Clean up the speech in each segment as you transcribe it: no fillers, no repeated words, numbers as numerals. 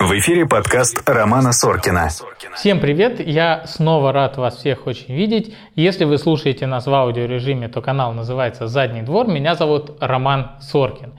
В эфире подкаст Романа Соркина. Всем привет! Я снова рад вас всех очень видеть. Если вы слушаете нас в аудиорежиме, то канал называется «Задний двор». Меня зовут Роман Соркин.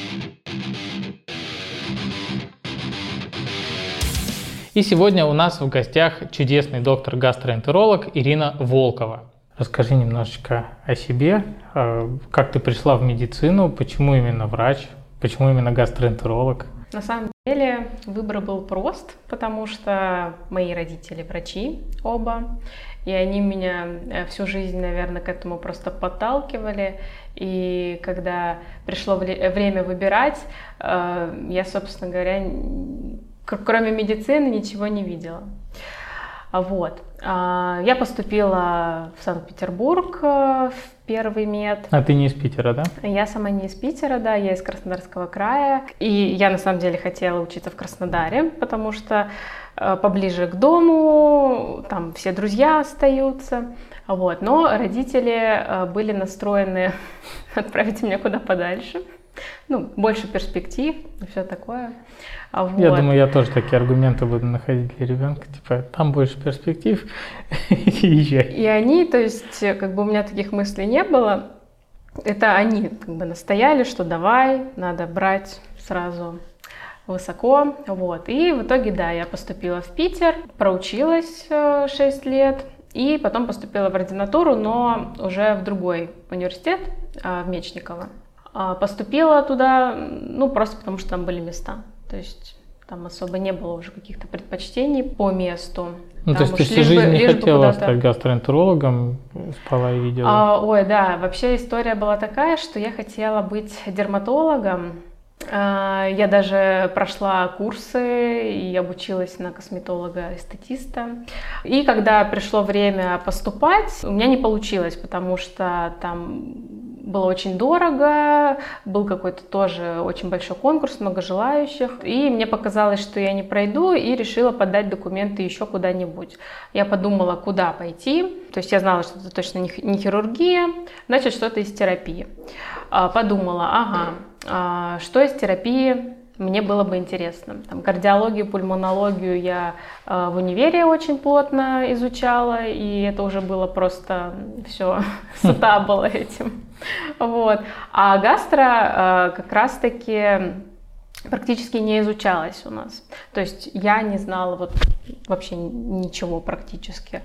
И сегодня у нас в гостях чудесный доктор-гастроэнтеролог Ирина Волкова. Расскажи немножечко о себе, как ты пришла в медицину, почему именно врач, почему именно гастроэнтеролог? На самом деле выбор был прост, потому что мои родители врачи оба, и они меня всю жизнь, наверное, к этому просто подталкивали. И когда пришло время выбирать, я, собственно говоря, кроме медицины ничего не видела. Вот. Я поступила в Санкт-Петербург в первый мед. А ты не из Питера, да? Я сама не из Питера, да, я из Краснодарского края. И я на самом деле хотела учиться в Краснодаре, потому что поближе к дому, там все друзья остаются. Вот. Но родители были настроены отправить меня куда подальше. Больше перспектив и все такое. Вот. Я думаю, я тоже такие аргументы буду находить для ребенка, типа, там больше перспектив, езжай. И они, то есть, у меня таких мыслей не было, это они настояли, что давай, надо брать сразу высоко, вот. И в итоге, да, я поступила в Питер, проучилась 6 лет, и потом поступила в ординатуру, но уже в другой университет, в Мечниково. Поступила туда, просто потому что там были места. То есть там особо не было уже каких-то предпочтений по месту. То есть ты всю жизнь не хотела стать гастроэнтерологом, спала и видела? Да, вообще история была такая, что я хотела быть дерматологом. Я даже прошла курсы и обучилась на косметолога-эстетиста. И когда пришло время поступать, у меня не получилось, потому что там было очень дорого, был какой-то тоже очень большой конкурс, много желающих. И мне показалось, что я не пройду, и решила подать документы еще куда-нибудь. Я подумала, куда пойти. То есть я знала, что это точно не хирургия, значит, что-то из терапии. Подумала, что из терапии мне было бы интересно. Кардиологию, пульмонологию я в универе очень плотно изучала, и это уже было просто все, сыта была этим. Вот. А гастро как раз-таки практически не изучалась у нас. То есть я не знала вообще ничего практически.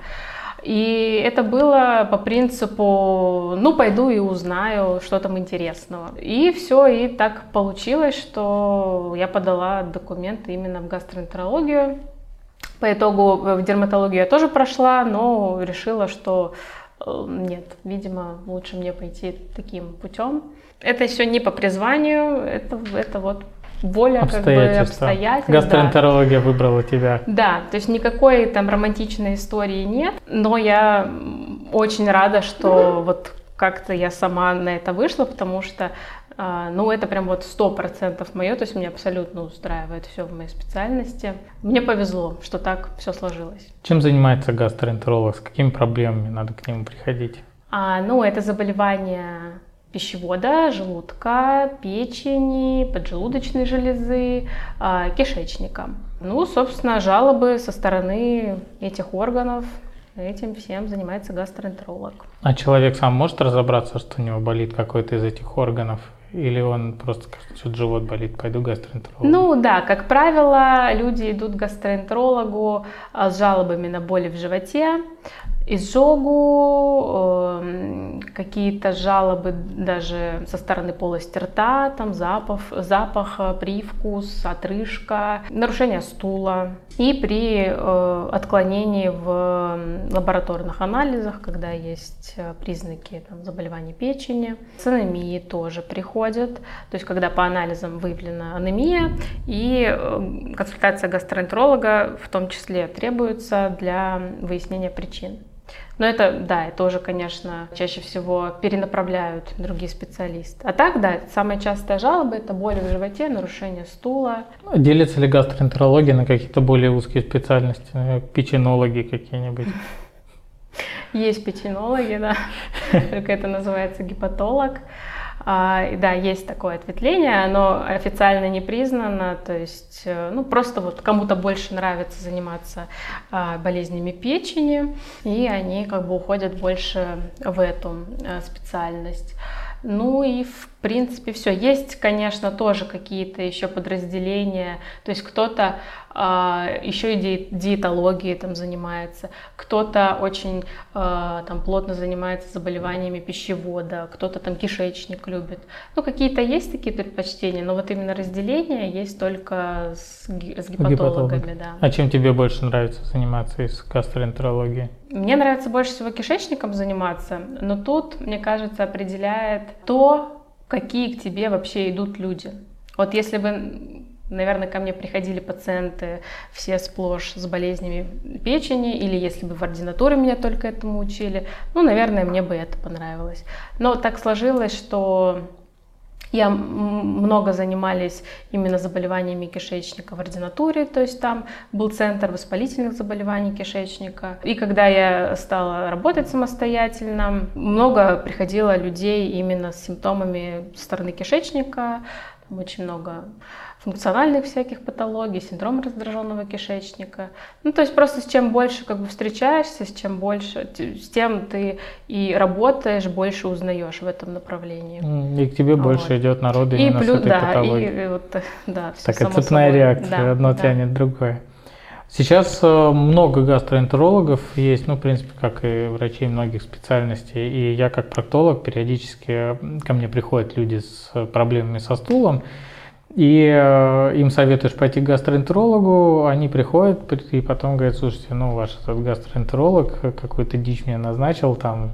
И это было по принципу, пойду и узнаю, что там интересного. И все, и так получилось, что я подала документы именно в гастроэнтерологию. По итогу в дерматологию я тоже прошла, но решила, что нет, видимо, лучше мне пойти таким путем. Это все не по призванию, это воля, обстоятельств. Гастроэнтерология выбрала тебя. Да, то есть никакой там романтичной истории нет, но я очень рада, что как-то я сама на это вышла, потому что это прям 100% мое, то есть меня абсолютно устраивает все в моей специальности. Мне повезло, что так все сложилось. Чем занимается гастроэнтеролог? С какими проблемами надо к нему приходить? Это заболевания пищевода, желудка, печени, поджелудочной железы, кишечника. Собственно, жалобы со стороны этих органов. Этим всем занимается гастроэнтеролог. А человек сам может разобраться, что у него болит какой-то из этих органов? Или он просто скажет, что живот болит, пойду к гастроэнтерологу? Да, как правило, люди идут к гастроэнтерологу с жалобами на боли в животе, изжогу, какие-то жалобы даже со стороны полости рта, там запах, привкус, отрыжка, нарушение стула. И при отклонении в лабораторных анализах, когда есть признаки заболеваний печени, с анемией тоже приходят. То есть когда по анализам выявлена анемия, и консультация гастроэнтеролога в том числе требуется для выяснения причин. Но это уже, конечно, чаще всего перенаправляют другие специалисты. А так, да, самая частая жалоба – это боли в животе, нарушение стула. Делится ли гастроэнтерология на какие-то более узкие специальности, печенологи какие-нибудь? Есть печенологи, да, только это называется гепатолог. И да, есть такое ответвление, оно официально не признано, то есть, ну, просто вот кому-то больше нравится заниматься болезнями печени, и они как бы уходят больше в эту специальность. Ну и в принципе все. Есть, конечно, тоже какие-то еще подразделения, то есть кто-то еще и диетологией там занимается, кто-то очень там плотно занимается заболеваниями пищевода, кто-то там кишечник любит. Ну, какие-то есть такие предпочтения, но вот именно разделение есть только с гепатологами, да. А чем тебе больше нравится заниматься из гастроэнтерологии? Мне нравится больше всего кишечником заниматься, но тут, мне кажется, определяет то, какие к тебе вообще идут люди. Вот если бы, наверное, ко мне приходили пациенты все сплошь с болезнями печени, или если бы в ординатуре меня только этому учили, ну, наверное, мне бы это понравилось. Но так сложилось, что я много занималась именно заболеваниями кишечника в ординатуре, то есть там был центр воспалительных заболеваний кишечника. И когда я стала работать самостоятельно, много приходило людей именно с симптомами со стороны кишечника, очень много функциональных всяких патологий, синдром раздраженного кишечника. Ну, то есть просто с чем больше как бы встречаешься, с чем больше, с тем ты и работаешь, больше узнаешь в этом направлении. И к тебе больше идет народу именно с этой патологией. И вот, да, такая цепная реакция, одно тянет другое. Сейчас много гастроэнтерологов есть, ну, в принципе, как и врачей многих специальностей. И я как проктолог периодически ко мне приходят люди с проблемами со стулом, и им советуешь пойти к гастроэнтерологу, они приходят и потом говорят: слушайте, ну, ваш этот гастроэнтеролог какую-то дичь мне назначил там.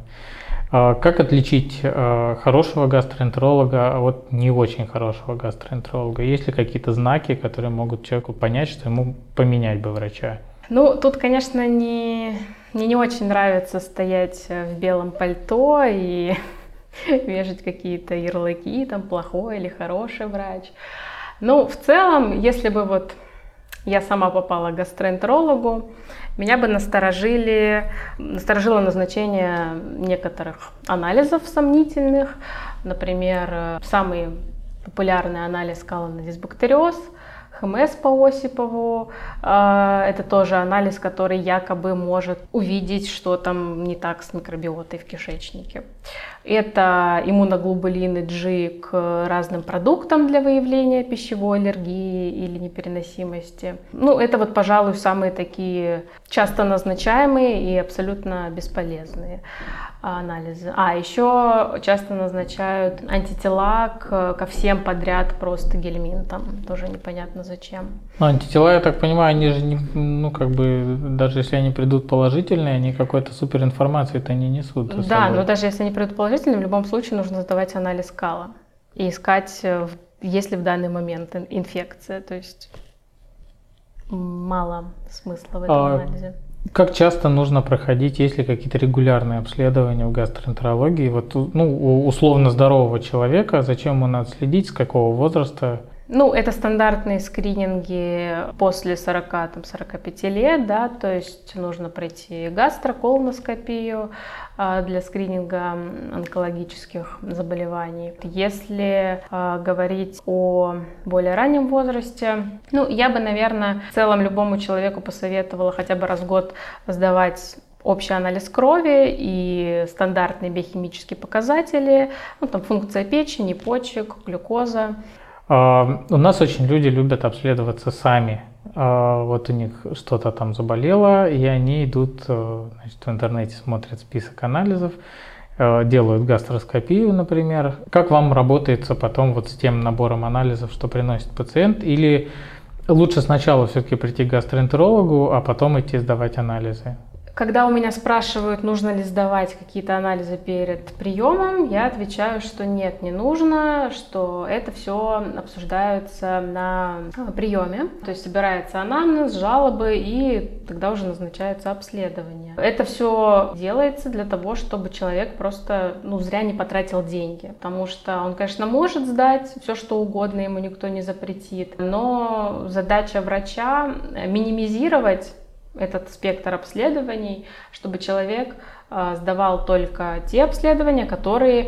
Как отличить хорошего гастроэнтеролога от не очень хорошего гастроэнтеролога? Есть ли какие-то знаки, которые могут человеку понять, что ему поменять бы врача? Ну, тут, конечно, мне не очень нравится стоять в белом пальто и вешать какие-то ярлыки, там, плохой или хороший врач. Ну, в целом, если бы вот я сама попала к гастроэнтерологу, меня бы насторожило назначение некоторых анализов сомнительных. Например, самый популярный анализ скалонодисбактериоз, ХМС по Осипову. Это тоже анализ, который якобы может увидеть, что там не так с микробиотой в кишечнике. Это иммуноглобулины G к разным продуктам для выявления пищевой аллергии или непереносимости. Ну, это вот, пожалуй, самые такие часто назначаемые и абсолютно бесполезные анализы. Еще часто назначают антитела ко всем подряд просто гельминтам. Тоже непонятно зачем. Антитела, я так понимаю, они же, ну, как бы, даже если они придут положительные, они какой-то суперинформации-то не несут. Да, но даже если они придут положительные, в любом случае нужно сдавать анализ кала и искать, есть ли в данный момент инфекция. То есть мало смысла в этом анализе. Как часто нужно проходить, есть ли какие-то регулярные обследования в гастроэнтерологии? Вот, ну, у условно здорового человека, зачем ему надо следить, с какого возраста? Ну, это стандартные скрининги после 40-45 лет, да, то есть нужно пройти гастроколоноскопию для скрининга онкологических заболеваний. Если говорить о более раннем возрасте, ну, я бы, наверное, в целом любому человеку посоветовала хотя бы раз в год сдавать общий анализ крови и стандартные биохимические показатели, ну, там функция печени, почек, глюкоза. У нас очень люди любят обследоваться сами. Вот у них что-то там заболело, и они идут, значит, в интернете смотрят список анализов, делают гастроскопию, например. Как вам работается потом вот с тем набором анализов, что приносит пациент? Или лучше сначала все-таки прийти к гастроэнтерологу, а потом идти сдавать анализы? Когда у меня спрашивают, нужно ли сдавать какие-то анализы перед приемом, я отвечаю, что нет, не нужно, что это все обсуждается на приеме. То есть собирается анамнез, жалобы, и тогда уже назначается обследование. Это все делается для того, чтобы человек просто зря не потратил деньги. Потому что он, конечно, может сдать все, что угодно, ему никто не запретит. Но задача врача минимизировать этот спектр обследований, чтобы человек сдавал только те обследования, которые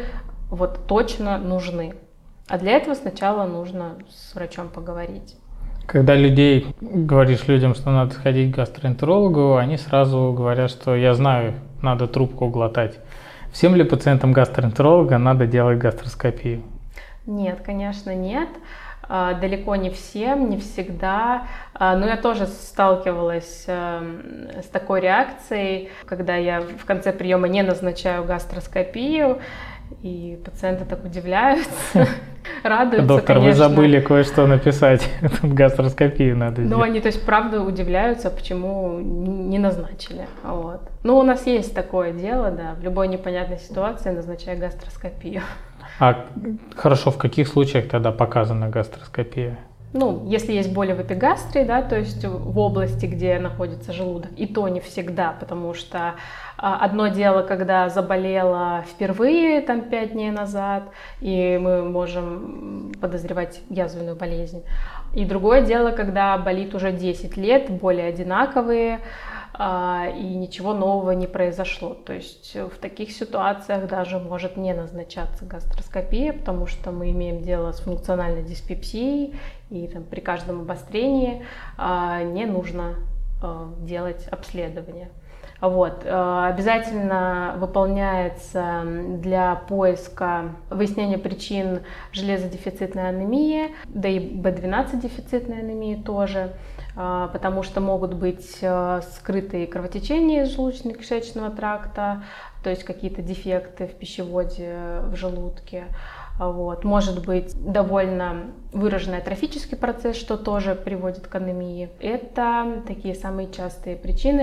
вот точно нужны. А для этого сначала нужно с врачом поговорить. Когда говоришь людям, что надо ходить к гастроэнтерологу, они сразу говорят, что я знаю, надо трубку глотать. Всем ли пациентам гастроэнтеролога надо делать гастроскопию? Нет, конечно, нет. Далеко не всем, не всегда. Но я тоже сталкивалась с такой реакцией, когда я в конце приема не назначаю гастроскопию, и пациенты так удивляются, радуются, Доктор, конечно. вы забыли кое-что написать, гастроскопию надо сделать. Ну, они, то есть, правда удивляются, почему не назначили. Вот. Ну, у нас есть такое дело, да, в любой непонятной ситуации назначай гастроскопию. А хорошо, в каких случаях тогда показана гастроскопия? Ну, если есть боли в эпигастрии, да, то есть в области, где находится желудок, и то не всегда, потому что одно дело, когда заболела впервые, там, 5 дней назад, и мы можем подозревать язвенную болезнь. И другое дело, когда болит уже 10 лет, боли одинаковые, и ничего нового не произошло. То есть в таких ситуациях даже может не назначаться гастроскопия, потому что мы имеем дело с функциональной диспепсией, и там, при каждом обострении не нужно делать обследование. Вот. Обязательно выполняется для поиска выяснения причин железодефицитной анемии, да и B12 дефицитной анемии тоже, потому что могут быть скрытые кровотечения из желудочно-кишечного тракта, то есть какие-то дефекты в пищеводе, в желудке. Вот. Может быть довольно выраженный атрофический процесс, что тоже приводит к анемии. Это такие самые частые причины.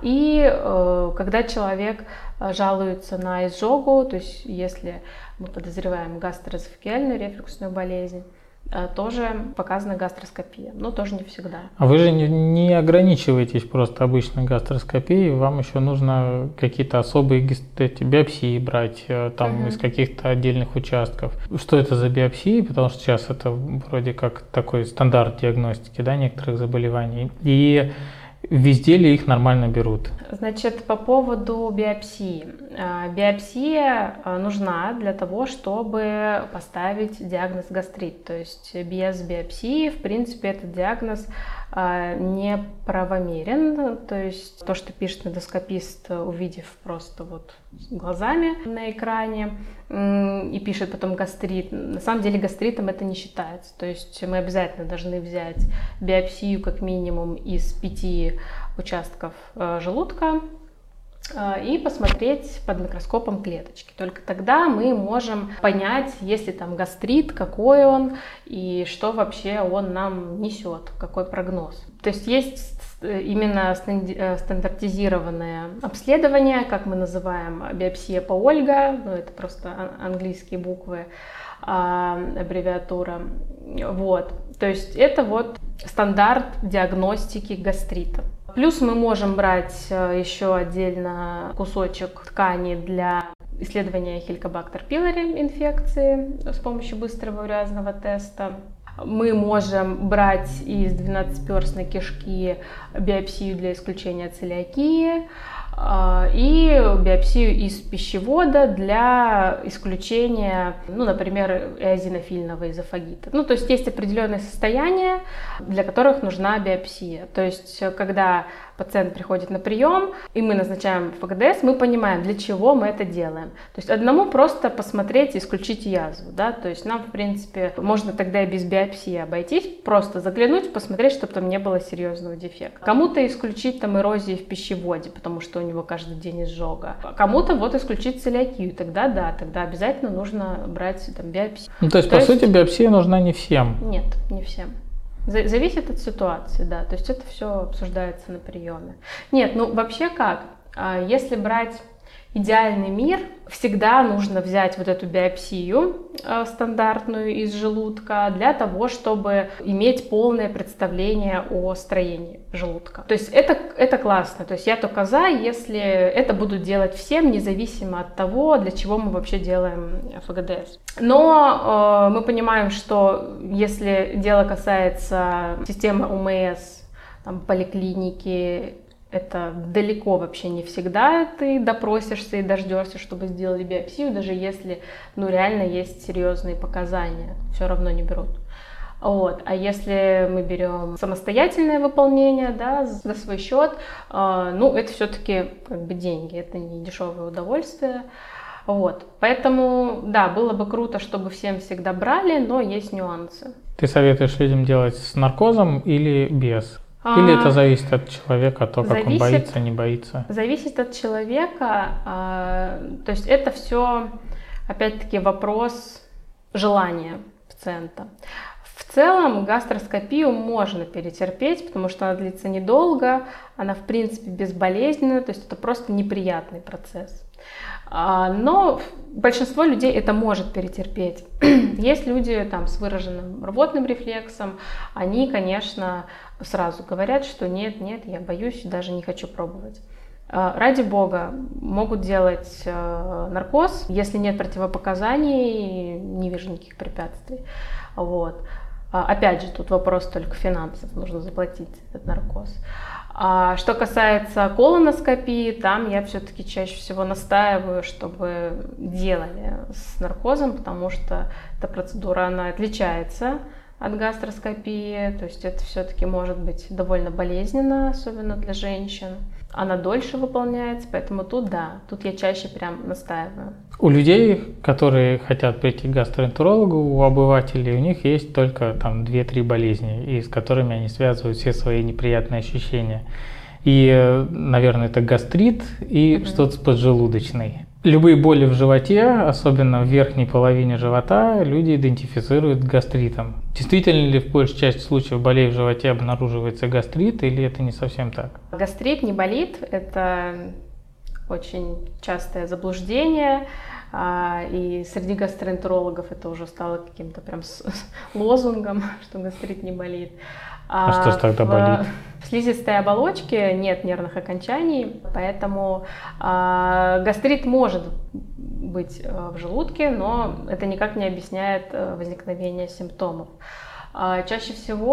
Когда человек жалуется на изжогу, то есть если мы подозреваем гастроэзофагеальную рефлюксную болезнь, тоже показана гастроскопия, но тоже не всегда. А вы же не ограничиваетесь просто обычной гастроскопией, вам еще нужно какие-то особые биопсии брать там из каких-то отдельных участков. Что это за биопсии? Потому что сейчас это вроде как такой стандарт диагностики, да, некоторых заболеваний. И везде ли их нормально берут? Значит, по поводу биопсии. Биопсия нужна для того, чтобы поставить диагноз гастрит. То есть без биопсии, в принципе, этот диагноз неправомерен. То есть то, что пишет эндоскопист, увидев просто вот глазами на экране, и пишет потом гастрит. На самом деле гастритом это не считается. То есть мы обязательно должны взять биопсию как минимум из 5 участков желудка и посмотреть под микроскопом клеточки. Только тогда мы можем понять, есть ли там гастрит, какой он и что вообще он нам несет, какой прогноз. То есть есть именно стандартизированное обследование, как мы называем биопсия по Ольга, ну, это просто английские буквы, аббревиатура. Вот. То есть это вот стандарт диагностики гастрита. Плюс мы можем брать еще отдельно кусочек ткани для исследования Helicobacter pylori инфекции с помощью быстрого уреазного теста. Мы можем брать из 12-перстной кишки биопсию для исключения целиакии и биопсию из пищевода для исключения, ну, например, эозинофильного эзофагита. Ну, то есть есть определенные состояния, для которых нужна биопсия. То есть когда пациент приходит на прием, и мы назначаем ФГДС, мы понимаем, для чего мы это делаем. То есть одному просто посмотреть и исключить язву, да, то есть нам, в принципе, можно тогда и без биопсии обойтись, просто заглянуть, посмотреть, чтобы там не было серьезного дефекта. Кому-то исключить там эрозии в пищеводе, потому что у него каждый день изжога. Кому-то вот исключить целиакию, тогда да, тогда обязательно нужно брать там биопсию. Ну, то есть, по сути, биопсия нужна не всем? Нет, не всем. Зависит от ситуации, да, то есть это все обсуждается на приеме. Нет, ну вообще как, если брать идеальный мир, всегда нужно взять вот эту биопсию стандартную из желудка для того, чтобы иметь полное представление о строении желудка. То есть это классно, то есть я только за, если это будут делать всем, независимо от того, для чего мы вообще делаем ФГДС. Но мы понимаем, что если дело касается системы ОМС, там, поликлиники Это далеко вообще не всегда ты допросишься и дождешься, чтобы сделали биопсию, даже если, реально есть серьезные показания, все равно не берут. Вот. А если мы берем самостоятельное выполнение, да, за свой счет, это все-таки деньги, это не дешевое удовольствие. Вот. Поэтому, да, было бы круто, чтобы всем всегда брали, но есть нюансы. Ты советуешь людям делать с наркозом или без? Или это зависит от человека, от того, как он боится, не боится? Зависит от человека. То есть это все, опять-таки, вопрос желания пациента. В целом гастроскопию можно перетерпеть, потому что она длится недолго, она в принципе безболезненная, то есть это просто неприятный процесс. Но большинство людей это может перетерпеть. Есть люди с выраженным рвотным рефлексом, они, конечно, сразу говорят, что нет, я боюсь, даже не хочу пробовать. Ради бога, могут делать наркоз, если нет противопоказаний, не вижу никаких препятствий. Вот. Опять же, тут вопрос только финансов, нужно заплатить этот наркоз. А что касается колоноскопии, там я все-таки чаще всего настаиваю, чтобы делали с наркозом, потому что эта процедура, она отличается от гастроскопии, то есть это все-таки может быть довольно болезненно, особенно для женщин. Она дольше выполняется, поэтому тут я чаще прям настаиваю. У людей, которые хотят прийти к гастроэнтерологу, у обывателей, у них есть только 2-3 болезни, и с которыми они связывают все свои неприятные ощущения. И, наверное, это гастрит и что-то с поджелудочной. Любые боли в животе, особенно в верхней половине живота, люди идентифицируют гастритом. Действительно ли в большей части случаев болей в животе обнаруживается гастрит, или это не совсем так? Гастрит не болит, это очень частое заблуждение, и среди гастроэнтерологов это уже стало каким-то прям лозунгом, что гастрит не болит. А что же тогда болит? В слизистой оболочке нет нервных окончаний, поэтому гастрит может быть в желудке, но это никак не объясняет возникновение симптомов. Чаще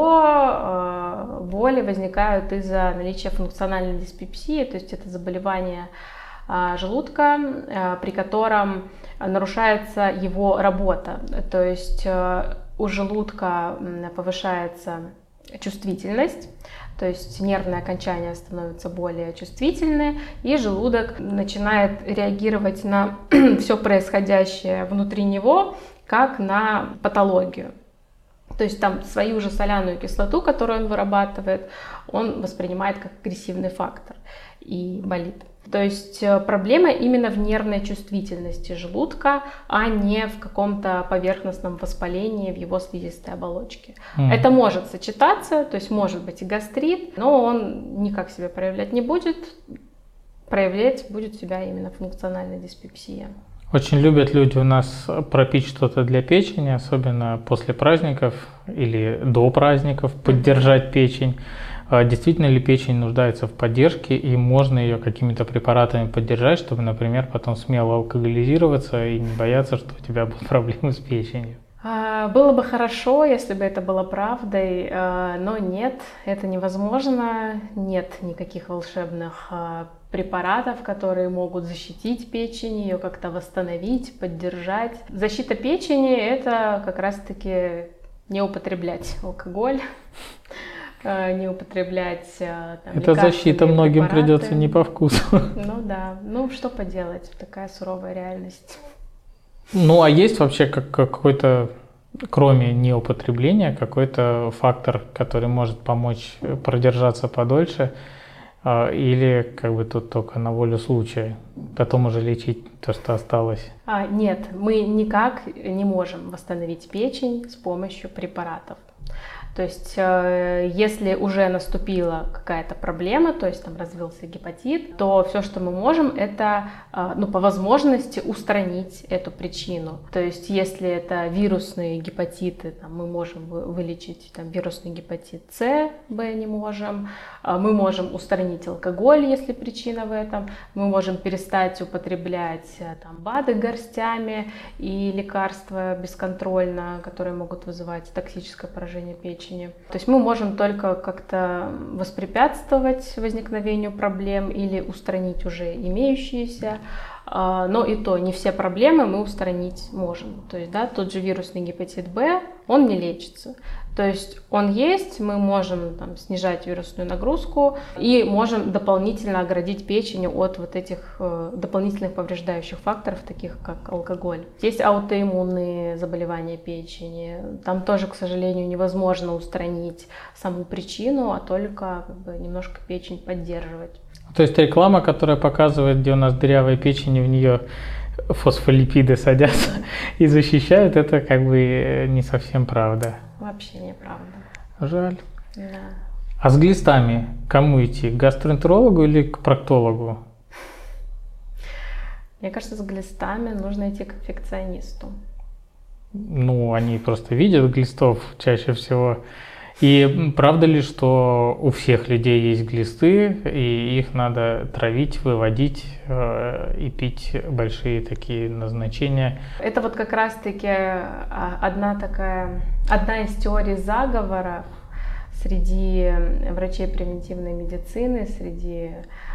всего боли возникают из-за наличия функциональной диспепсии, то есть это заболевание желудка, при котором нарушается его работа. То есть у желудка повышается чувствительность, то есть нервные окончания становятся более чувствительны, и желудок начинает реагировать на все происходящее внутри него, как на патологию. То есть там свою же соляную кислоту, которую он вырабатывает, он воспринимает как агрессивный фактор и болит. То есть проблема именно в нервной чувствительности желудка, а не в каком-то поверхностном воспалении в его слизистой оболочке. Это может сочетаться, то есть может быть и гастрит, но он никак себя проявлять не будет. Проявлять будет себя именно функциональная диспепсия. Очень любят люди у нас пропить что-то для печени, особенно после праздников или до праздников, поддержать печень. Действительно ли печень нуждается в поддержке, и можно ее какими-то препаратами поддержать, чтобы, например, потом смело алкоголизироваться и не бояться, что у тебя будут проблемы с печенью? Было бы хорошо, если бы это было правдой, но нет, это невозможно. Нет никаких волшебных препаратов, которые могут защитить печень, ее как-то восстановить, поддержать. Защита печени – это как раз-таки не употреблять алкоголь, не употреблять эта защита многим придется не по вкусу. Ну да, что поделать, такая суровая реальность. А есть вообще какой-то, кроме неупотребления, какой-то фактор, который может помочь продержаться подольше, или тут только на волю случая, потом уже лечить то, что осталось? Нет, мы никак не можем восстановить печень с помощью препаратов. То есть, если уже наступила какая-то проблема, то есть там развился гепатит, то все, что мы можем, это, по возможности устранить эту причину. То есть, если это вирусные гепатиты, мы можем вылечить вирусный гепатит С, Б не можем. Мы можем устранить алкоголь, если причина в этом. Мы можем перестать употреблять БАДы горстями и лекарства бесконтрольно, которые могут вызывать токсическое поражение печени. печени. То есть мы можем только как-то воспрепятствовать возникновению проблем или устранить уже имеющиеся, но и то не все проблемы мы устранить можем. То есть, да, тот же вирусный гепатит Б, он не лечится. То есть он есть, мы можем там снижать вирусную нагрузку и можем дополнительно оградить печень от вот этих дополнительных повреждающих факторов, таких как алкоголь. Есть аутоиммунные заболевания печени. Там тоже, к сожалению, невозможно устранить саму причину, а только как бы немножко печень поддерживать. То есть реклама, которая показывает, где у нас дырявая печень, и в нее фосфолипиды садятся и защищают, это как бы не совсем правда. Вообще неправда. Жаль. Да. А с глистами кому идти? К гастроэнтерологу или к проктологу? Мне кажется, с глистами нужно идти к инфекционисту. Ну, они просто видят глистов чаще всего. И правда ли, что у всех людей есть глисты, и их надо травить, выводить и пить большие такие назначения? Это вот как раз-таки одна из теорий заговора среди врачей превентивной медицины, среди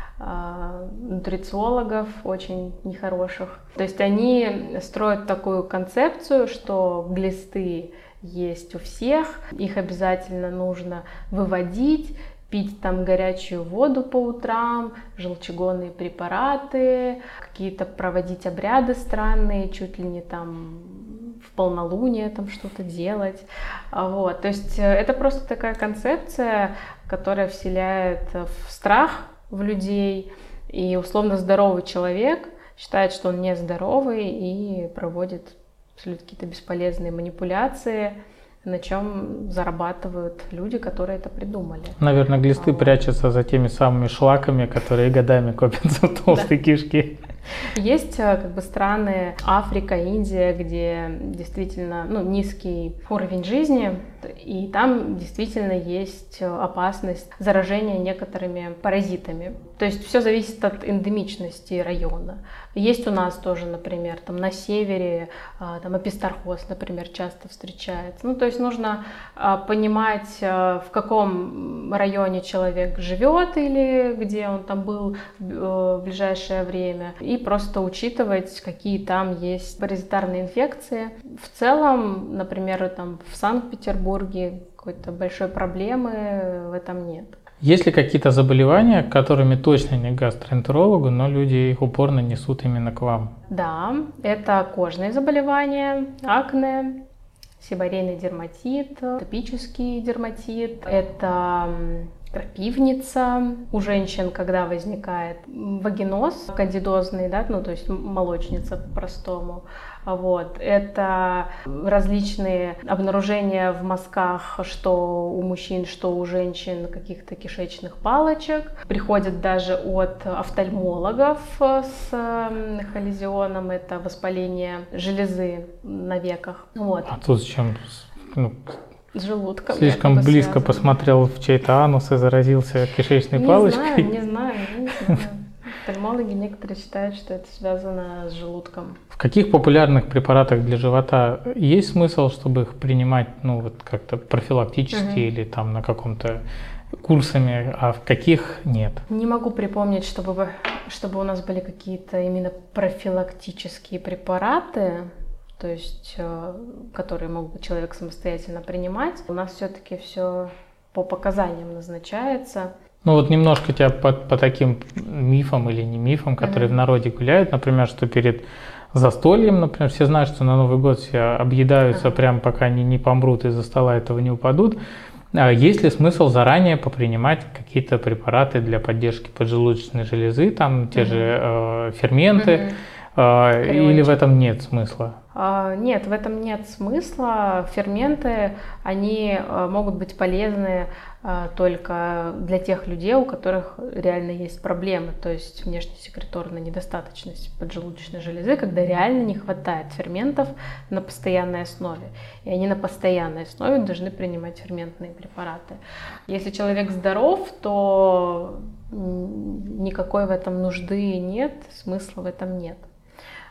нутрициологов очень нехороших. То есть они строят такую концепцию, что глисты есть у всех, их обязательно нужно выводить, пить там горячую воду по утрам, желчегонные препараты, какие-то проводить обряды странные, чуть ли не там в полнолуние там что-то делать. Вот. То есть это просто такая концепция, которая вселяет страх в людей, и условно здоровый человек считает, что он нездоровый и проводит абсолютно какие-то бесполезные манипуляции, на чем зарабатывают люди, которые это придумали. Наверное, глисты прячутся за теми самыми шлаками, которые годами копятся в толстой кишке. Есть как бы страны Африка, Индия, где действительно низкий уровень жизни, и там действительно есть опасность заражения некоторыми паразитами. То есть все зависит от эндемичности района. Есть у нас тоже, например, там на севере там апистархоз, например, часто встречается. Ну, то есть нужно понимать, в каком районе человек живет или где он там был в ближайшее время, и просто учитывать, какие там есть паразитарные инфекции. В целом, например, там в Санкт-Петербурге какой-то большой проблемы в этом нет. Есть ли какие-то заболевания, которыми точно не к гастроэнтерологу, но люди их упорно несут именно к вам? Да, это кожные заболевания, акне, сибарейный дерматит, атопический дерматит, это крапивница у женщин, когда возникает вагиноз кандидозный, да, то есть молочница по-простому. Вот. Это различные обнаружения в мазках, что у мужчин, что у женщин, каких-то кишечных палочек. Приходят даже от офтальмологов с холезионом, это воспаление железы на веках. Вот. А тут с чем? С желудком. Слишком близко связано. Посмотрел в чей-то анус и заразился кишечной палочкой. Не знаю. Офтальмологи некоторые считают, что это связано с желудком. В каких популярных препаратах для живота есть смысл, чтобы их принимать, как-то профилактически или там на каком-то курсами, а в каких нет? Не могу припомнить, чтобы у нас были какие-то именно профилактические препараты, то есть, которые мог бы человек самостоятельно принимать. У нас все-таки все по показаниям назначается. Немножко тебя по таким мифам или не мифам, которые в народе гуляют, например, что перед застольем, например, все знают, что на Новый год все объедаются прям пока они не помрут и за стола этого не упадут. Есть ли смысл заранее попринимать какие-то препараты для поддержки поджелудочной железы, там те же ферменты, или в этом нет смысла? Нет, в этом нет смысла. Ферменты, они могут быть полезны только для тех людей, у которых реально есть проблемы, то есть внешнесекреторная недостаточность поджелудочной железы, когда реально не хватает ферментов на постоянной основе. И они на постоянной основе должны принимать ферментные препараты. Если человек здоров, то никакой в этом нужды нет, смысла в этом нет.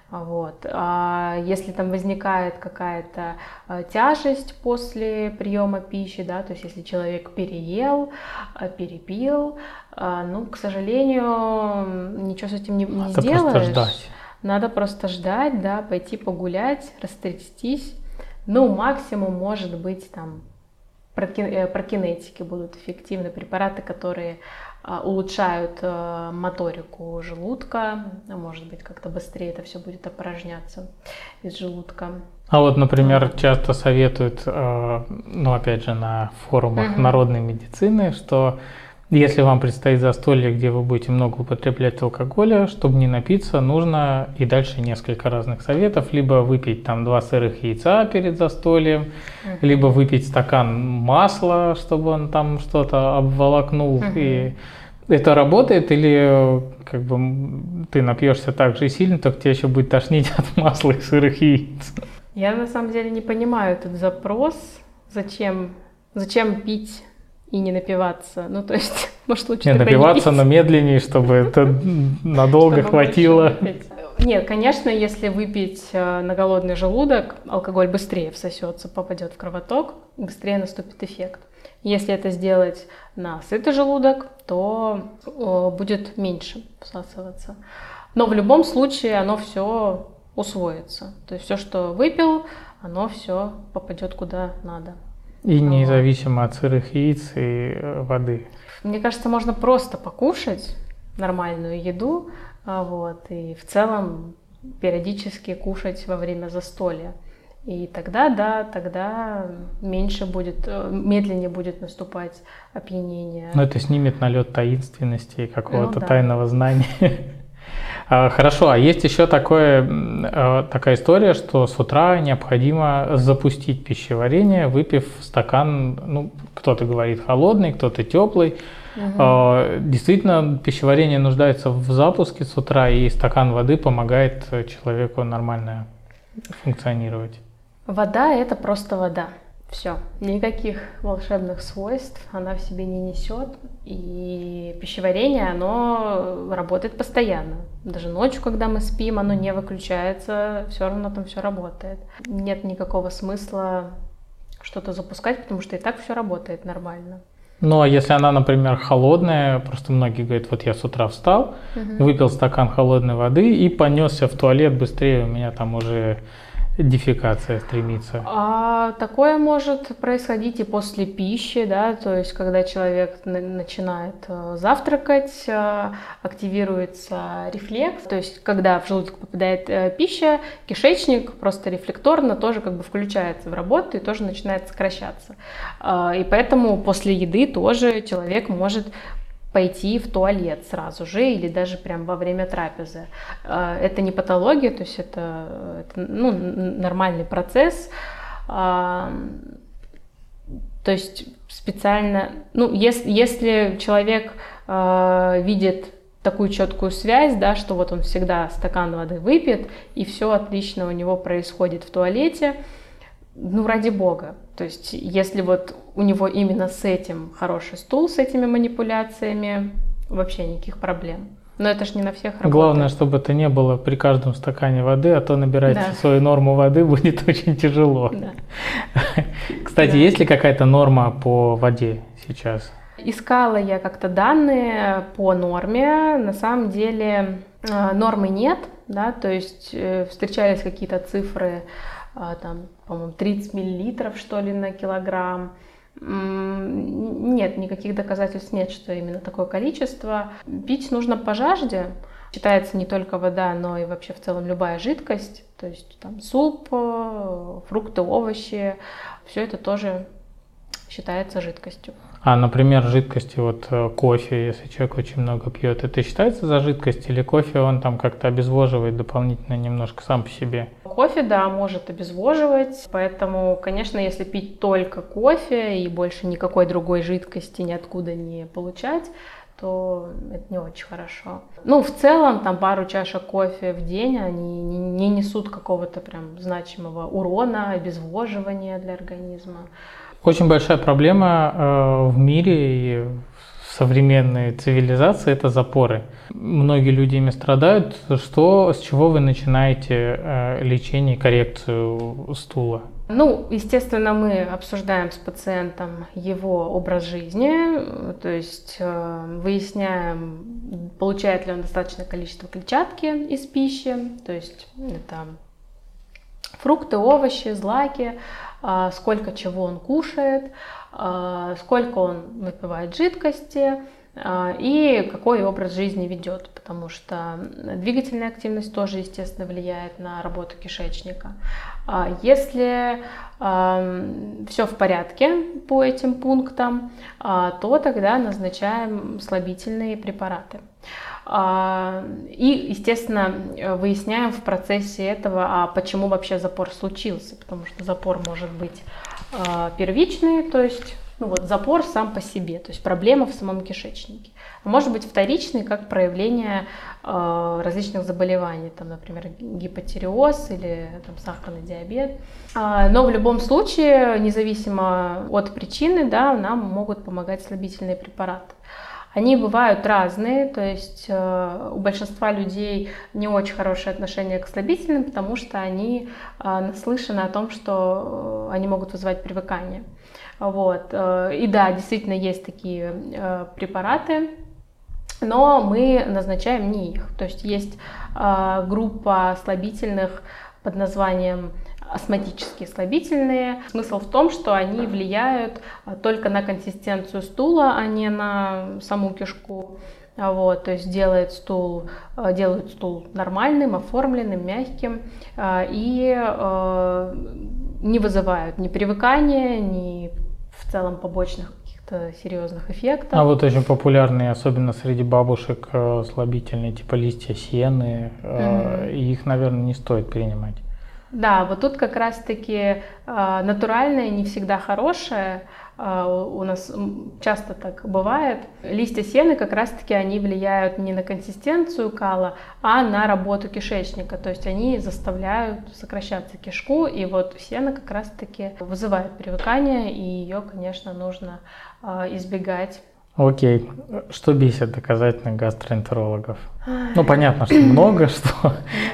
Вот. А если там возникает какая-то тяжесть после приема пищи, да, то есть если человек переел, перепил, ну, к сожалению, ничего с этим не сделаешь. Просто ждать. Надо просто ждать, да, пойти погулять, растрястись. Ну, максимум, может быть, там прокинетики будут эффективны, препараты, которые улучшают моторику желудка, может быть, как-то быстрее это все будет опорожняться из желудка. А вот, например, часто советуют, ну, опять же, на форумах народной медицины, что если вам предстоит застолье, где вы будете много употреблять алкоголя, чтобы не напиться, нужно и дальше несколько разных советов. Либо выпить там 2 сырых яйца перед застольем, либо выпить стакан масла, чтобы он там что-то обволокнул. И это работает, или как бы ты напьешься так же сильно, только тебя еще будет тошнить от масла и сырых яиц? Я на самом деле не понимаю этот запрос, зачем пить и не напиваться. Ну, то есть, может, лучше не напиваться, но медленнее, чтобы это надолго хватило. Нет, конечно, если выпить на голодный желудок, алкоголь быстрее всосется, попадет в кровоток, быстрее наступит эффект. Если это сделать на сытый желудок, то будет меньше всасываться. Но в любом случае оно все усвоится. То есть все, что выпил, оно все попадет куда надо. И независимо от сырых яиц и воды. Мне кажется, можно просто покушать нормальную еду, вот, и в целом периодически кушать во время застолья. И тогда, да, тогда медленнее будет наступать опьянение. Но это снимет налет таинственности и какого-то тайного знания. Хорошо, а есть еще такая история, что с утра необходимо запустить пищеварение, выпив стакан, ну, кто-то говорит холодный, кто-то теплый. Действительно, пищеварение нуждается в запуске с утра, и стакан воды помогает человеку нормально функционировать. Вода – это просто вода. Все, никаких волшебных свойств она в себе не несет, и пищеварение, оно работает постоянно. Даже ночью, когда мы спим, оно не выключается, все равно там все работает. Нет никакого смысла что-то запускать, потому что и так все работает нормально. Ну, а если она, например, холодная, просто многие говорят, вот я с утра встал, выпил стакан холодной воды и понесся в туалет быстрее, у меня там уже дефекация стремится. Такое может происходить и после пищи, да, то есть когда человек начинает завтракать, активируется рефлекс, то есть когда в желудок попадает пища, кишечник просто рефлекторно тоже как бы включается в работу и тоже начинает сокращаться. И поэтому после еды тоже человек может пойти в туалет сразу же или даже прям во время трапезы. Это не патология, то есть это нормальный процесс. То есть специально, если человек видит такую четкую связь, да, что вот он всегда стакан воды выпьет и все отлично у него происходит в туалете, ради бога. То есть, если вот у него именно с этим хороший стул, с этими манипуляциями, вообще никаких проблем. Но это ж не на всех работает. Главное, чтобы это не было при каждом стакане воды, а то набирать свою норму воды будет очень тяжело. Да. Кстати, есть ли какая-то норма по воде сейчас? Искала я как-то данные по норме. На самом деле нормы нет, да, то есть встречались какие-то цифры, там, по-моему, 30 миллилитров, что ли, на килограмм. Нет, никаких доказательств нет, что именно такое количество. Пить нужно по жажде. Считается не только вода, но и вообще в целом любая жидкость. То есть там суп, фрукты, овощи. Все это тоже считается жидкостью. А, например, жидкости, вот кофе, если человек очень много пьет, это считается за жидкость или кофе он там как-то обезвоживает дополнительно немножко сам по себе? Кофе, да, может обезвоживать, поэтому, конечно, если пить только кофе и больше никакой другой жидкости ниоткуда не получать, то это не очень хорошо. В целом, там пару чашек кофе в день, они не несут какого-то прям значимого урона, обезвоживания для организма. Очень большая проблема в мире и в современной цивилизации, это запоры. Многие люди ими страдают. С чего вы начинаете лечение и коррекцию стула? Ну, естественно, мы обсуждаем с пациентом его образ жизни, то есть выясняем, получает ли он достаточное количество клетчатки из пищи, то есть это фрукты, овощи, злаки, сколько чего он кушает, сколько он выпивает жидкости и какой образ жизни ведет, потому что двигательная активность тоже, естественно, влияет на работу кишечника. Если все в порядке по этим пунктам, то тогда назначаем слабительные препараты. И, естественно, выясняем в процессе этого, почему вообще запор случился, потому что запор может быть первичный, то есть запор сам по себе, то есть проблема в самом кишечнике. А может быть вторичный, как проявление различных заболеваний, там, например, гипотиреоз или сахарный диабет. Но в любом случае, независимо от причины, нам могут помогать слабительные препараты. Они бывают разные, то есть у большинства людей не очень хорошее отношение к слабительным, потому что они наслышаны о том, что они могут вызывать привыкание. И да, действительно есть такие препараты, но мы назначаем не их. То есть есть группа слабительных под названием астматические слабительные. Смысл в том, что они влияют только на консистенцию стула, а не на саму кишку. То есть делают стул нормальным, оформленным, мягким и не вызывают ни привыкания, ни в целом побочных каких-то серьезных эффектов. А вот очень популярные, особенно среди бабушек, слабительные, типа листья сены, и их, наверное, не стоит принимать. Да, вот тут как раз-таки натуральное не всегда хорошее. У нас часто так бывает. Листья сены как раз-таки они влияют не на консистенцию кала, а на работу кишечника. То есть они заставляют сокращаться кишку, и сено как раз-таки вызывает привыкание, и ее, конечно, нужно избегать. Окей. Что бесит доказательных гастроэнтерологов? Понятно, что много что,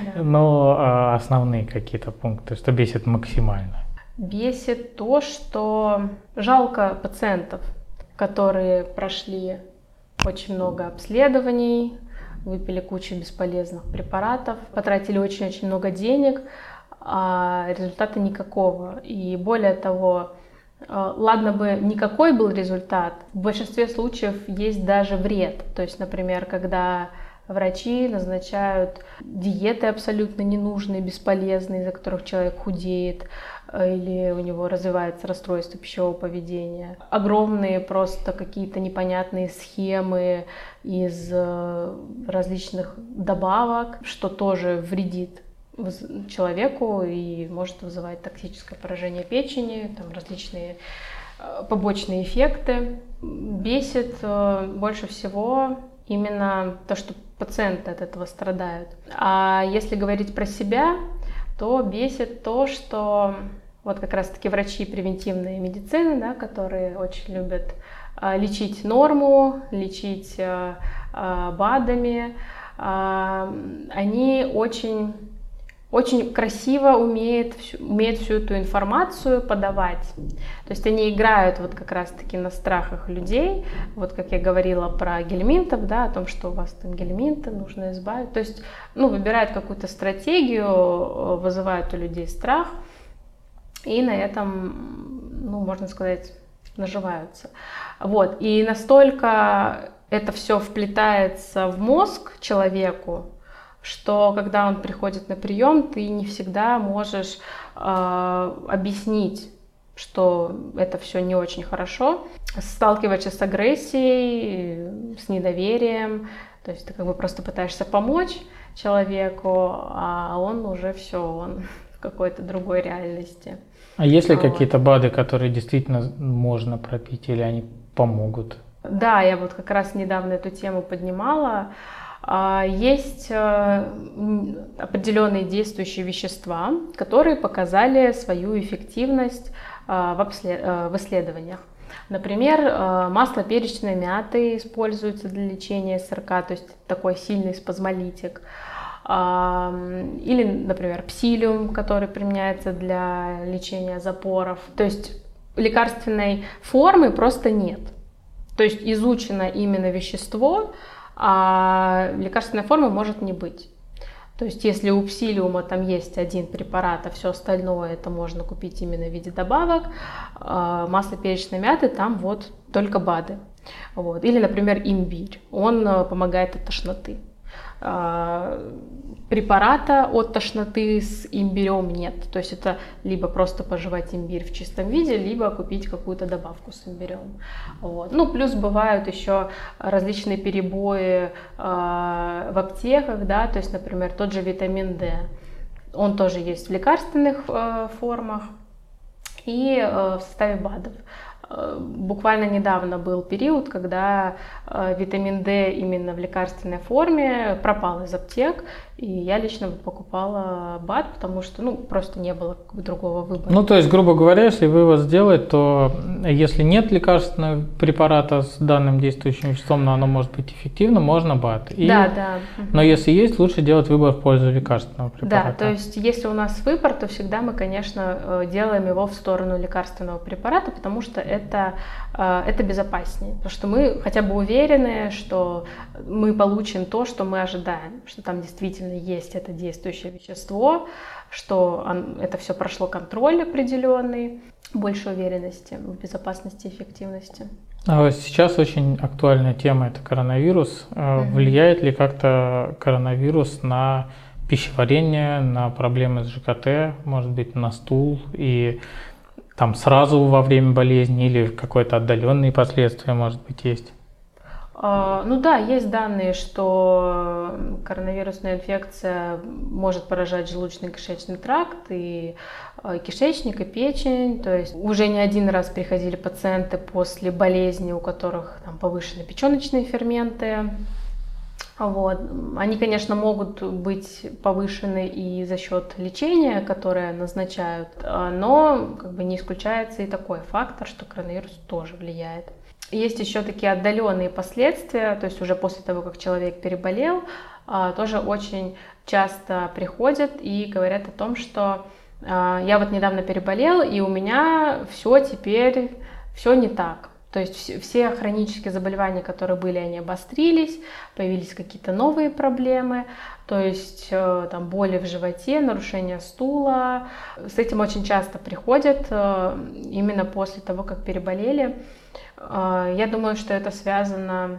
но основные какие-то пункты, что бесит максимально. Бесит то, что жалко пациентов, которые прошли очень много обследований, выпили кучу бесполезных препаратов, потратили очень-очень много денег, а результата никакого. И более того, ладно бы никакой был результат, в большинстве случаев есть даже вред. То есть, например, когда врачи назначают диеты абсолютно ненужные, бесполезные, из-за которых человек худеет, или у него развивается расстройство пищевого поведения. Огромные просто какие-то непонятные схемы из различных добавок, что тоже вредит человеку и может вызывать токсическое поражение печени, различные побочные эффекты. Бесит больше всего именно то, что пациенты от этого страдают. А если говорить про себя, то бесит то, что как раз-таки врачи превентивной медицины, которые очень любят лечить норму, лечить БАДами, они очень красиво умеют всю эту информацию подавать. То есть они играют как раз-таки на страхах людей. Как я говорила про гельминтов, о том, что у вас там гельминты, нужно избавить. То есть, выбирают какую-то стратегию, вызывают у людей страх, и на этом, можно сказать, наживаются. И настолько это все вплетается в мозг человеку, что когда он приходит на прием, ты не всегда можешь объяснить, что это все не очень хорошо. Сталкиваешься с агрессией, с недоверием, то есть ты просто пытаешься помочь человеку, а он уже все, он в какой-то другой реальности. А есть ли какие-то БАДы, которые действительно можно пропить или они помогут? Да, я как раз недавно эту тему поднимала. Есть определенные действующие вещества, которые показали свою эффективность в исследованиях. Например, масло перечной мяты используется для лечения СРК, то есть такой сильный спазмолитик. Или, например, псилиум, который применяется для лечения запоров. То есть лекарственной формы просто нет. То есть изучено именно вещество, а лекарственной формы может не быть. То есть если у псилиума там есть один препарат, а все остальное это можно купить именно в виде добавок, масло перечной мяты там вот только БАДы. Вот. Или, например, имбирь, он помогает от тошноты. Препарата от тошноты с имбирем нет. То есть это либо просто пожевать имбирь в чистом виде, либо купить какую-то добавку с имбирем. Вот. Ну, плюс бывают еще различные перебои в аптеках, да, то есть, например, тот же витамин D. Он тоже есть в лекарственных формах и в составе БАДов. Буквально недавно был период, когда витамин D именно в лекарственной форме пропал из аптек, и я лично покупала БАД, потому что просто не было другого выбора. Ну, то есть, грубо говоря, если вывод сделать, то если нет лекарственного препарата с данным действующим веществом, но оно может быть эффективно, можно БАД. Да. Но если есть, лучше делать выбор в пользу лекарственного препарата. Да, то есть, если у нас выбор, то всегда мы, конечно, делаем его в сторону лекарственного препарата, потому что это безопаснее, потому что мы хотя бы уверены, что мы получим то, что мы ожидаем, что там действительно есть это действующее вещество, что это все прошло контроль определенный, больше уверенности в безопасности и эффективности. Сейчас очень актуальная тема – это коронавирус. Влияет ли как-то коронавирус на пищеварение, на проблемы с ЖКТ, может быть, на стул и там сразу во время болезни или какое-то отдаленные последствия, может быть, есть? Ну да, есть данные, что коронавирусная инфекция может поражать желудочно-кишечный тракт и кишечник, и печень. То есть уже не один раз приходили пациенты после болезни, у которых там повышены печеночные ферменты. Вот. Они, конечно, могут быть повышены и за счет лечения, которое назначают, но не исключается и такой фактор, что коронавирус тоже влияет. Есть еще такие отдаленные последствия, то есть уже после того, как человек переболел, тоже очень часто приходят и говорят о том, что я вот недавно переболел, и у меня теперь все не так. То есть все хронические заболевания, которые были, они обострились, появились какие-то новые проблемы, то есть там боли в животе, нарушение стула. С этим очень часто приходят именно после того, как переболели. Я думаю, что это связано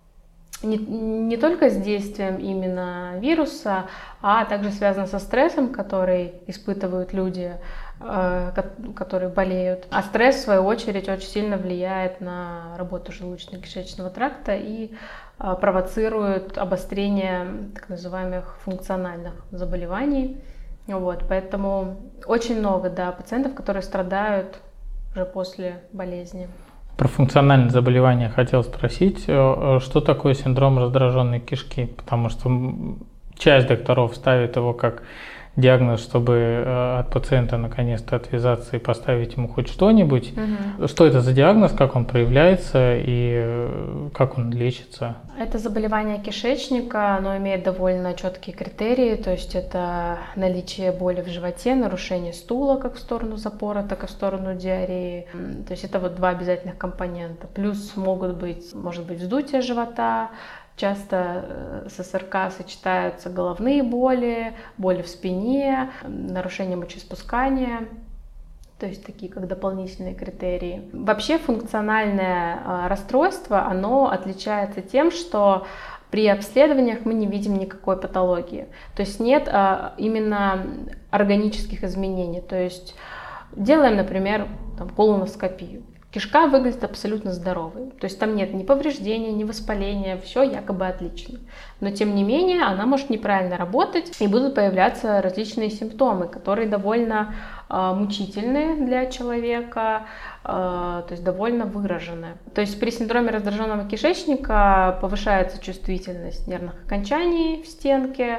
не только с действием именно вируса, а также связано со стрессом, который испытывают люди, которые болеют. А стресс, в свою очередь, очень сильно влияет на работу желудочно-кишечного тракта и провоцирует обострение так называемых функциональных заболеваний. Вот, поэтому очень много пациентов, которые страдают уже после болезни. Про функциональные заболевания хотел спросить, что такое синдром раздраженной кишки, потому что часть докторов ставит его как диагноз, чтобы от пациента наконец-то отвязаться и поставить ему хоть что-нибудь. Что это за диагноз, как он проявляется и как он лечится? Это заболевание кишечника, оно имеет довольно четкие критерии, то есть это наличие боли в животе, нарушение стула как в сторону запора, так и в сторону диареи. То есть это вот два обязательных компонента. Плюс может быть вздутие живота. Часто с СРК сочетаются головные боли, боли в спине, нарушение мочеиспускания, то есть такие как дополнительные критерии. Вообще функциональное расстройство, оно отличается тем, что при обследованиях мы не видим никакой патологии, то есть нет именно органических изменений, то есть делаем, например, колоноскопию. Кишка выглядит абсолютно здоровой, то есть там нет ни повреждения, ни воспаления, все якобы отлично. Но тем не менее она может неправильно работать и будут появляться различные симптомы, которые довольно мучительные для человека, то есть довольно выражены. То есть при синдроме раздраженного кишечника повышается чувствительность нервных окончаний в стенке,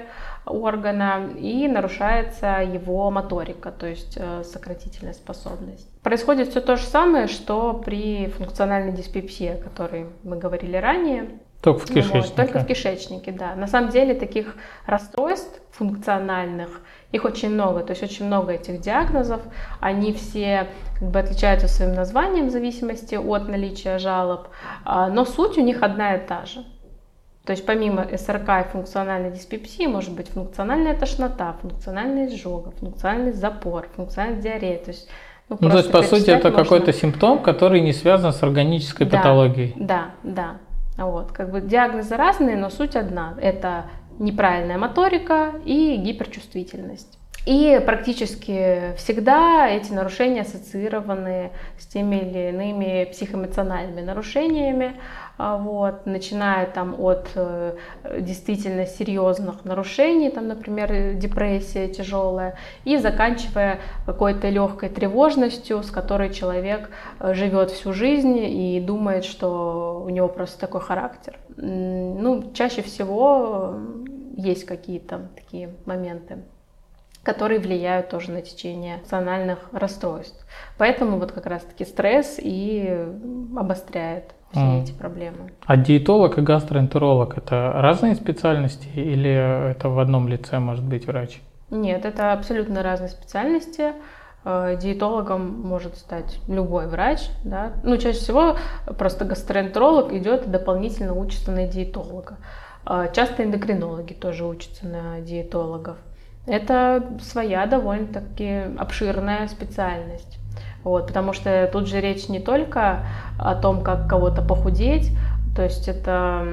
органа, и нарушается его моторика, то есть сократительная способность. Происходит все то же самое, что при функциональной диспепсии, о которой мы говорили ранее. Только в кишечнике. Только в кишечнике, да. На самом деле таких расстройств функциональных, их очень много, то есть очень много этих диагнозов, они все отличаются своим названием в зависимости от наличия жалоб, но суть у них одна и та же. То есть помимо СРК и функциональной диспепсии может быть функциональная тошнота, функциональная изжога, функциональный запор, функциональная диарея. То есть, то есть по сути это какой-то симптом, который не связан с органической патологией. Да. Вот, диагнозы разные, но суть одна. Это неправильная моторика и гиперчувствительность. И практически всегда эти нарушения ассоциированы с теми или иными психоэмоциональными нарушениями, вот, начиная от действительно серьезных нарушений, например, депрессия тяжелая, и заканчивая какой-то легкой тревожностью, с которой человек живет всю жизнь и думает, что у него просто такой характер. Чаще всего есть какие-то такие моменты, которые влияют тоже на течение эмоциональных расстройств. Поэтому как раз-таки стресс и обостряет все эти проблемы. А диетолог и гастроэнтеролог – это разные специальности или это в одном лице может быть врач? Нет, это абсолютно разные специальности. Диетологом может стать любой врач. Да? Чаще всего просто гастроэнтеролог идет и дополнительно учится на диетолога. Часто эндокринологи тоже учатся на диетологов. Это своя довольно-таки обширная специальность. Вот, потому что тут же речь не только о том, как кого-то похудеть, то есть это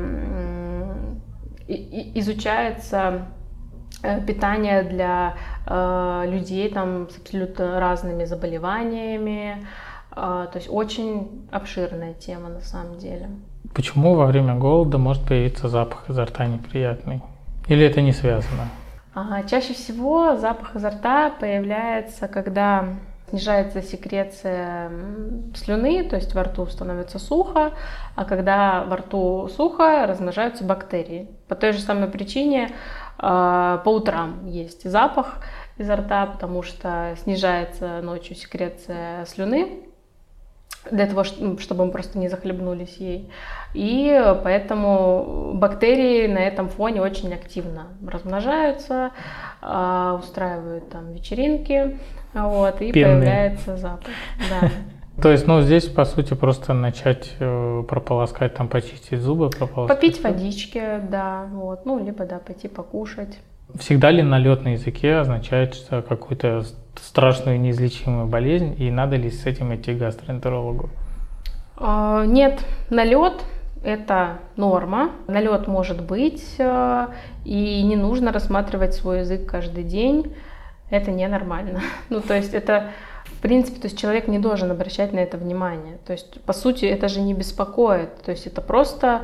изучается питание для людей с абсолютно разными заболеваниями, то есть очень обширная тема на самом деле. Почему во время голода может появиться запах изо рта неприятный? Или это не связано? Чаще всего запах изо рта появляется, когда снижается секреция слюны, то есть во рту становится сухо, а когда во рту сухо, размножаются бактерии. По той же самой причине по утрам есть запах изо рта, потому что снижается ночью секреция слюны, для того, чтобы мы просто не захлебнулись ей. И поэтому бактерии на этом фоне очень активно размножаются, устраивают вечеринки, вот, и пенные. Появляется запах. Да. То есть, здесь, по сути, просто начать прополоскать, почистить зубы, Попить водички, да, вот, либо, пойти покушать. Всегда ли налет на языке означает, что какую-то страшную неизлечимую болезнь, и надо ли с этим идти к гастроэнтерологу? Нет, налет – это норма. Налет может быть, и не нужно рассматривать свой язык каждый день. Это ненормально. То есть это, в принципе, человек не должен обращать на это внимание. То есть, по сути, это же не беспокоит. То есть это просто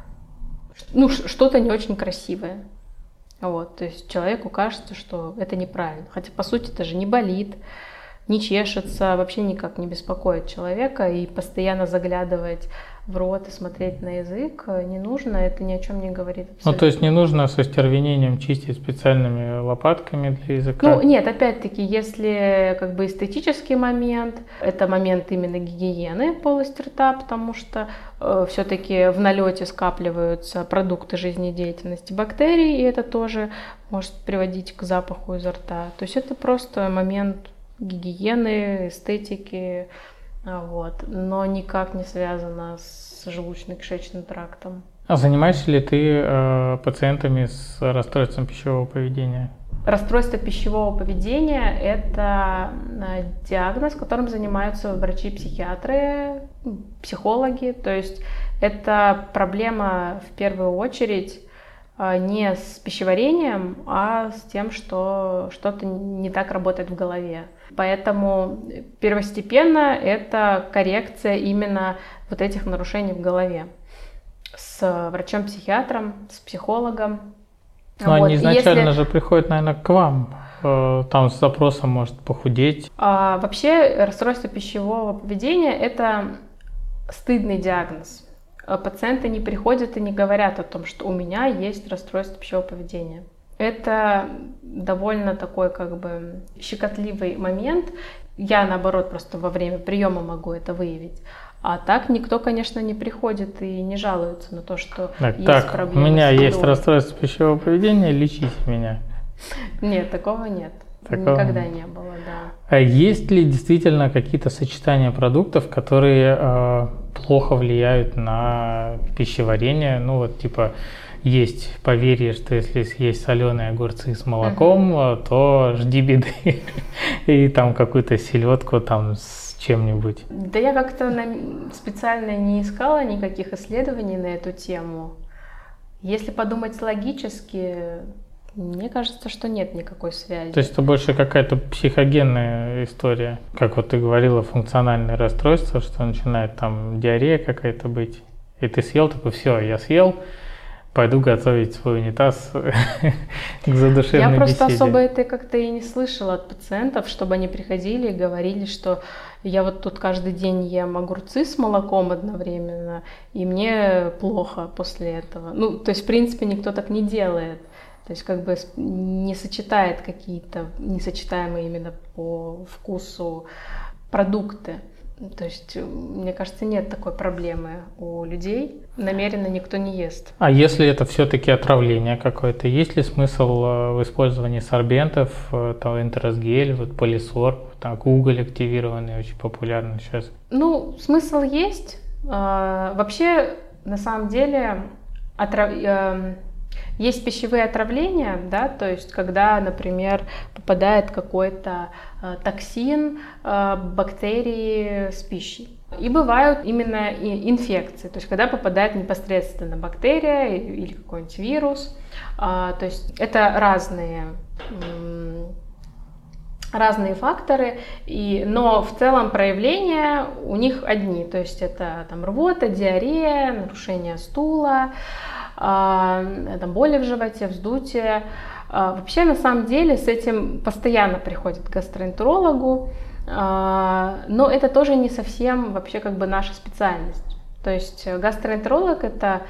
что-то не очень красивое. Вот, то есть человеку кажется, что это неправильно. Хотя, по сути, это же не болит, не чешется, вообще никак не беспокоит человека. И постоянно заглядывать в рот и смотреть на язык не нужно, это ни о чем не говорит абсолютно. То есть не нужно со стервенением чистить специальными лопатками для языка? Нет, опять-таки, если эстетический момент, это момент именно гигиены полости рта, потому что все-таки в налете скапливаются продукты жизнедеятельности бактерий, и это тоже может приводить к запаху изо рта. То есть это просто момент гигиены, эстетики, вот, но никак не связано с желудочно-кишечным трактом. А занимаешься ли ты пациентами с расстройством пищевого поведения? Расстройство пищевого поведения – это диагноз, которым занимаются врачи-психиатры, психологи. То есть это проблема в первую очередь не с пищеварением, а с тем, что что-то не так работает в голове. Поэтому первостепенно это коррекция именно вот этих нарушений в голове с врачом-психиатром, с психологом. Но они изначально же приходят, наверное, к вам, там с запросом может похудеть. Вообще расстройство пищевого поведения – это стыдный диагноз. Пациенты не приходят и не говорят о том, что у меня есть расстройство пищевого поведения. Это довольно такой как бы щекотливый момент. Я, наоборот, просто во время приема могу это выявить. А так никто, конечно, не приходит и не жалуется на то, что есть проблемы. У меня есть расстройство пищевого поведения, лечите меня. Нет, такого нет. Никогда не было, да. А есть ли действительно какие-то сочетания продуктов, которые плохо влияют на пищеварение? Ну вот типа есть поверье, что если съесть соленые огурцы с молоком, то жди беды. И там какую-то селедку там с чем-нибудь. Да я как-то специально не искала никаких исследований на эту тему. Если подумать логически, мне кажется, что нет никакой связи. То есть это больше какая-то психогенная история. Как вот ты говорила, функциональное расстройство, что начинает там диарея какая-то быть. И ты съел, такой, все, я съел, пойду готовить свой унитаз к задушевной беседе. Я просто особо это как-то и не слышала от пациентов, чтобы они приходили и говорили, что я вот тут каждый день ем огурцы с молоком одновременно, и мне плохо после этого. Ну, то есть, в принципе, никто так не делает. То есть как бы не сочетает какие-то несочетаемые именно по вкусу продукты. То есть, мне кажется, нет такой проблемы у людей. Намеренно никто не ест. А если это все-таки отравление какое-то, есть ли смысл в использовании сорбентов, там, энтеросгель, вот полисорб, там, уголь активированный, очень популярный сейчас? Ну, смысл есть. Вообще, на самом деле, есть пищевые отравления, да, то есть когда, например, попадает какой-то токсин, бактерии с пищей. И бывают именно инфекции, то есть когда попадает непосредственно бактерия или какой-нибудь вирус. То есть это разные факторы, но в целом проявления у них одни, то есть это там рвота, диарея, нарушение стула, там боли в животе, вздутие. Вообще, на самом деле, с этим постоянно приходят к гастроэнтерологу, но это тоже не совсем вообще как бы наша специальность. То есть гастроэнтеролог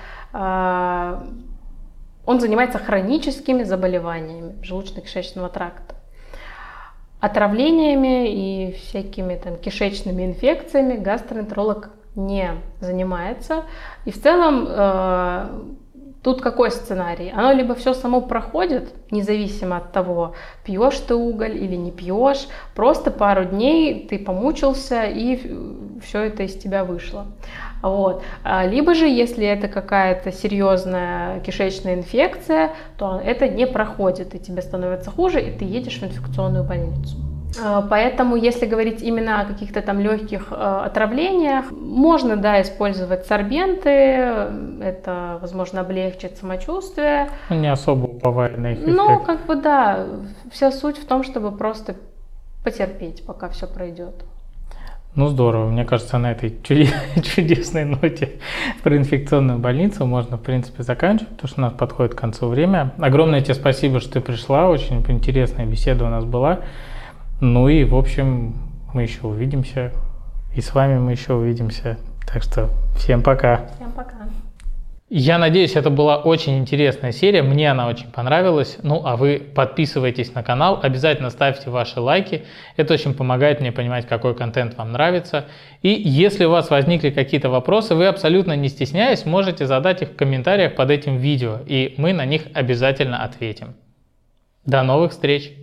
он занимается хроническими заболеваниями желудочно-кишечного тракта. Отравлениями и всякими там кишечными инфекциями гастроэнтеролог не занимается. И в целом тут какой сценарий? Оно либо все само проходит, независимо от того, пьешь ты уголь или не пьешь, просто пару дней ты помучился и все это из тебя вышло. Вот. Либо же, если это какая-то серьезная кишечная инфекция, то это не проходит, и тебе становится хуже, и ты едешь в инфекционную больницу. Поэтому, если говорить именно о каких-то там легких отравлениях, можно, да, использовать сорбенты, это, возможно, облегчит самочувствие. Не особо уповая на их эффект. Ну, как бы, да, вся суть в том, чтобы просто потерпеть, пока все пройдет. Ну, здорово. Мне кажется, на этой чудесной ноте про инфекционную больницу можно, в принципе, заканчивать, потому что у нас подходит к концу время. Огромное тебе спасибо, что ты пришла. Очень интересная беседа у нас была. Ну и, в общем, мы еще увидимся. И с вами мы еще увидимся. Так что всем пока. Всем пока. Я надеюсь, это была очень интересная серия, мне она очень понравилась. Ну, а вы подписывайтесь на канал, обязательно ставьте ваши лайки, это очень помогает мне понимать, какой контент вам нравится. И если у вас возникли какие-то вопросы, вы абсолютно не стесняясь, можете задать их в комментариях под этим видео, и мы на них обязательно ответим. До новых встреч!